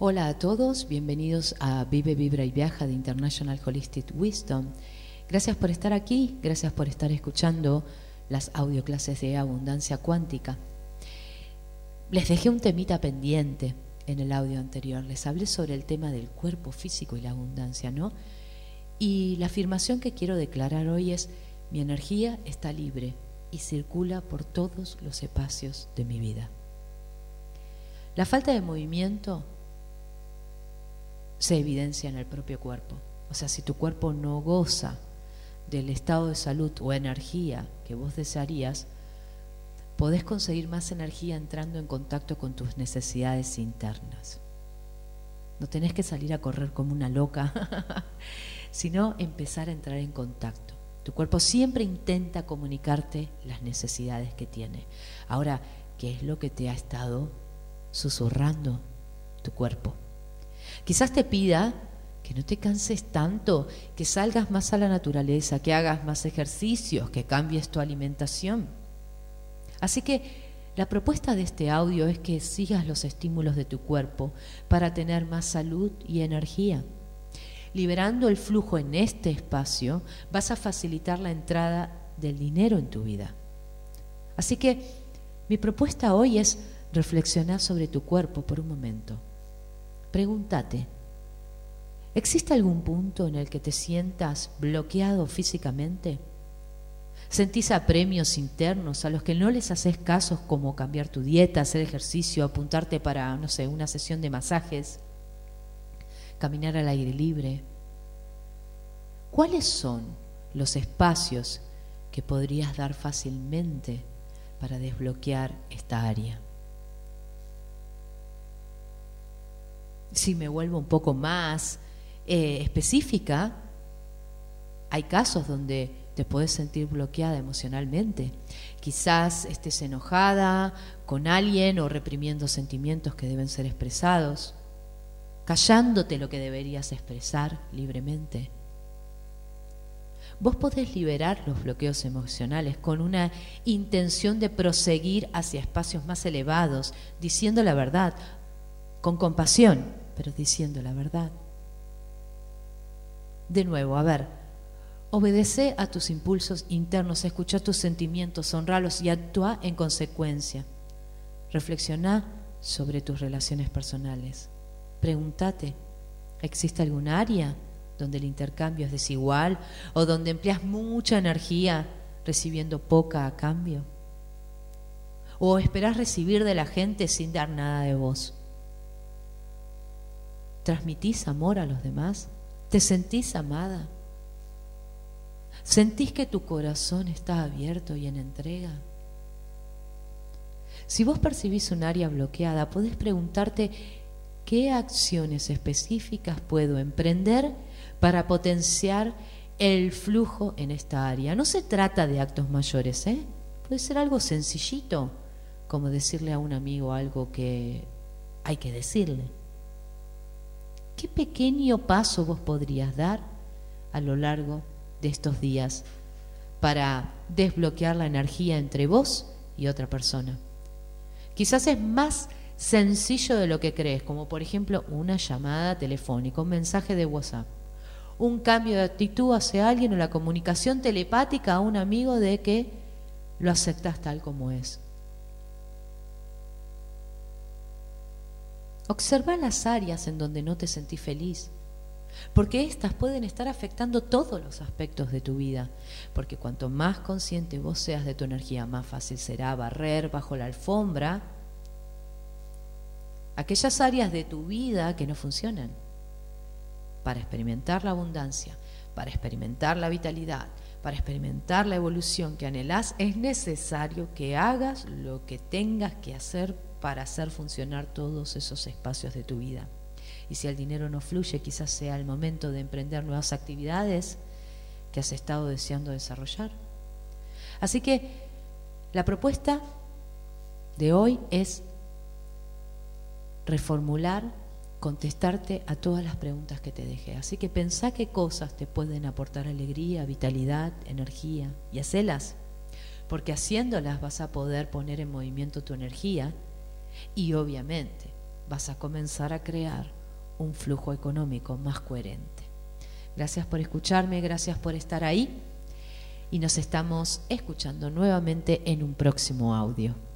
Hola a todos, bienvenidos a Vive, Vibra y Viaja de International Holistic Wisdom. Gracias por estar aquí, gracias por estar escuchando las audioclases de Abundancia Cuántica. Les dejé un temita pendiente en el audio anterior, les hablé sobre el tema del cuerpo físico y la abundancia, ¿no? Y la afirmación que quiero declarar hoy es: mi energía está libre y circula por todos los espacios de mi vida. La falta de movimiento se evidencia en el propio cuerpo. O sea, si tu cuerpo no goza del estado de salud o energía que vos desearías, podés conseguir más energía entrando en contacto con tus necesidades internas. No tenés que salir a correr como una loca, sino empezar a entrar en contacto. Tu cuerpo siempre intenta comunicarte las necesidades que tiene. Ahora, ¿qué es lo que te ha estado susurrando tu cuerpo? Quizás te pida que no te canses tanto, que salgas más a la naturaleza, que hagas más ejercicios, que cambies tu alimentación. Así que la propuesta de este audio es que sigas los estímulos de tu cuerpo para tener más salud y energía. Liberando el flujo en este espacio, vas a facilitar la entrada del dinero en tu vida. Así que mi propuesta hoy es reflexionar sobre tu cuerpo por un momento. Pregúntate, ¿existe algún punto en el que te sientas bloqueado físicamente? ¿Sentís apremios internos a los que no les haces caso, como cambiar tu dieta, hacer ejercicio, apuntarte para, no sé, una sesión de masajes, caminar al aire libre? ¿Cuáles son los espacios que podrías dar fácilmente para desbloquear esta área? Si me vuelvo un poco más específica, hay casos donde te puedes sentir bloqueada emocionalmente. Quizás estés enojada con alguien o reprimiendo sentimientos que deben ser expresados, callándote lo que deberías expresar libremente. Vos podés liberar los bloqueos emocionales con una intención de proseguir hacia espacios más elevados, diciendo la verdad, con compasión, pero diciendo la verdad. De nuevo, a ver, obedece a tus impulsos internos, escucha tus sentimientos, honralos y actúa en consecuencia. Reflexiona sobre tus relaciones personales. Pregúntate, ¿existe algún área donde el intercambio es desigual o donde empleas mucha energía recibiendo poca a cambio? ¿O esperás recibir de la gente sin dar nada de vos? ¿Transmitís amor a los demás? ¿Te sentís amada? ¿Sentís que tu corazón está abierto y en entrega? Si vos percibís un área bloqueada, podés preguntarte qué acciones específicas puedo emprender para potenciar el flujo en esta área. No se trata de actos mayores, puede ser algo sencillito, como decirle a un amigo algo que hay que decirle. ¿Qué pequeño paso vos podrías dar a lo largo de estos días para desbloquear la energía entre vos y otra persona? Quizás es más sencillo de lo que crees, como por ejemplo una llamada telefónica, un mensaje de WhatsApp, un cambio de actitud hacia alguien o la comunicación telepática a un amigo de que lo aceptas tal como es. Observa las áreas en donde no te sentís feliz, porque estas pueden estar afectando todos los aspectos de tu vida, porque cuanto más consciente vos seas de tu energía, más fácil será barrer bajo la alfombra aquellas áreas de tu vida que no funcionan. Para experimentar la abundancia, para experimentar la vitalidad, para experimentar la evolución que anhelás, es necesario que hagas lo que tengas que hacer para hacer funcionar todos esos espacios de tu vida. Y si el dinero no fluye, quizás sea el momento de emprender nuevas actividades que has estado deseando desarrollar. Así que la propuesta de hoy es reformular, contestarte a todas las preguntas que te dejé. Así que pensá qué cosas te pueden aportar alegría, vitalidad, energía, y hacelas, porque haciéndolas vas a poder poner en movimiento tu energía y obviamente vas a comenzar a crear un flujo económico más coherente. Gracias por escucharme, gracias por estar ahí y nos estamos escuchando nuevamente en un próximo audio.